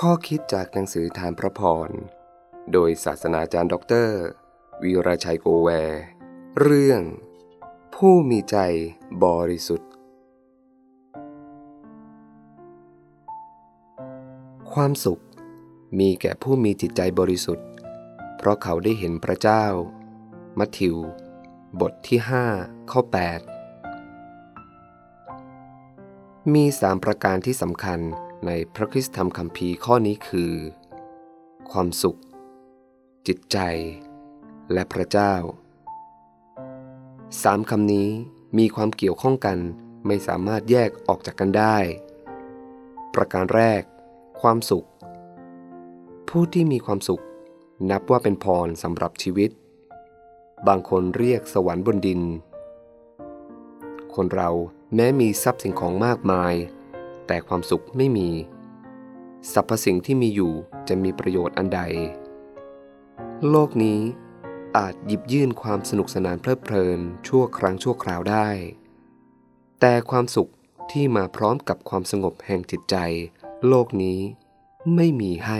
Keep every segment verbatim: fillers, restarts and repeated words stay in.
ข้อคิดจากหนังสือทานพระพรโดยศาสนาจารย์ด็อกเตอร์วีรชัยโกแวร์เรื่องผู้มีใจบริสุทธิ์ความสุขมีแก่ผู้มีจิตใจบริสุทธิ์เพราะเขาได้เห็นพระเจ้ามัทธิวบทที่ห้าข้อแปดมีสามประการที่สำคัญในพระคริสตธรรมคัมภีร์ข้อนี้คือความสุขจิตใจและพระเจ้าสามคำนี้มีความเกี่ยวข้องกันไม่สามารถแยกออกจากกันได้ประการแรกความสุขผู้ที่มีความสุขนับว่าเป็นพรสำหรับชีวิตบางคนเรียกสวรรค์บนดินคนเราแม้มีทรัพย์สิ่งของมากมายแต่ความสุขไม่มีสรรพสิ่งที่มีอยู่จะมีประโยชน์อันใดโลกนี้อาจหยิบยื่นความสนุกสนานเพลิดเพลินชั่วครั้งชั่วคราวได้แต่ความสุขที่มาพร้อมกับความสงบแห่งจิตใจโลกนี้ไม่มีให้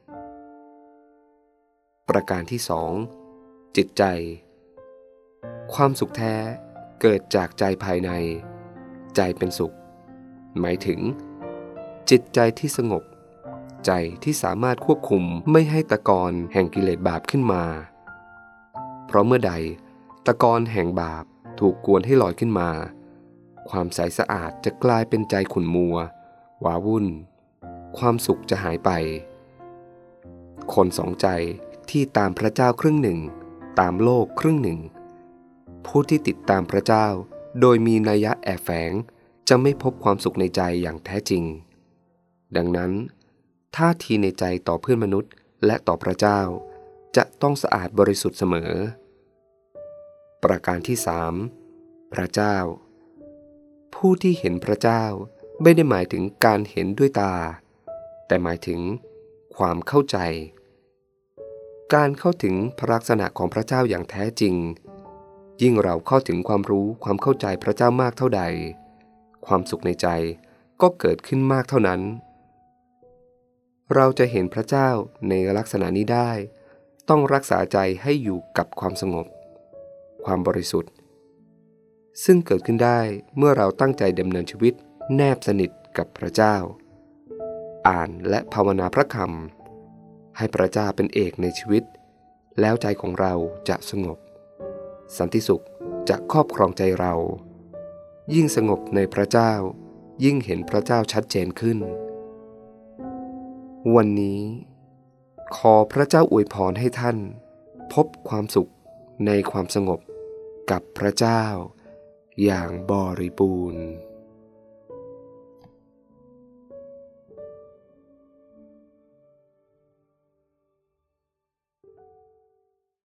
ประการที่สองจิตใจความสุขแท้เกิดจากใจภายในใจเป็นสุขหมายถึงจิตใจที่สงบใจที่สามารถควบคุมไม่ให้ตะกอนแห่งกิเลสบาปขึ้นมาเพราะเมื่อใดตะกอนแห่งบาปถูกกวนให้ลอยขึ้นมาความใสสะอาดจะกลายเป็นใจขุ่นมัวว้าวุ่นความสุขจะหายไปคนสองใจที่ตามพระเจ้าครึ่งหนึ่งตามโลกครึ่งหนึ่งผู้ที่ติดตามพระเจ้าโดยมีนัยยะแอบแฝงจะไม่พบความสุขในใจอย่างแท้จริงดังนั้นท่าทีในใจต่อเพื่อนมนุษย์และต่อพระเจ้าจะต้องสะอาดบริสุทธิ์เสมอประการที่สามพระเจ้าผู้ที่เห็นพระเจ้าไม่ได้หมายถึงการเห็นด้วยตาแต่หมายถึงความเข้าใจการเข้าถึงพระลักษณะของพระเจ้าอย่างแท้จริงยิ่งเราเข้าถึงความรู้ความเข้าใจพระเจ้ามากเท่าใดความสุขในใจก็เกิดขึ้นมากเท่านั้นเราจะเห็นพระเจ้าในลักษณะนี้ได้ต้องรักษาใจให้อยู่กับความสงบความบริสุทธิ์ซึ่งเกิดขึ้นได้เมื่อเราตั้งใจดำเนินชีวิตแนบสนิทกับพระเจ้าอ่านและภาวนาพระคำให้พระเจ้าเป็นเอกในชีวิตแล้วใจของเราจะสงบสันติสุขจะครอบครองใจเรายิ่งสงบในพระเจ้ายิ่งเห็นพระเจ้าชัดเจนขึ้นวันนี้ขอพระเจ้าอวยพรให้ท่านพบความสุขในความสงบกับพระเจ้าอย่างบริบูรณ์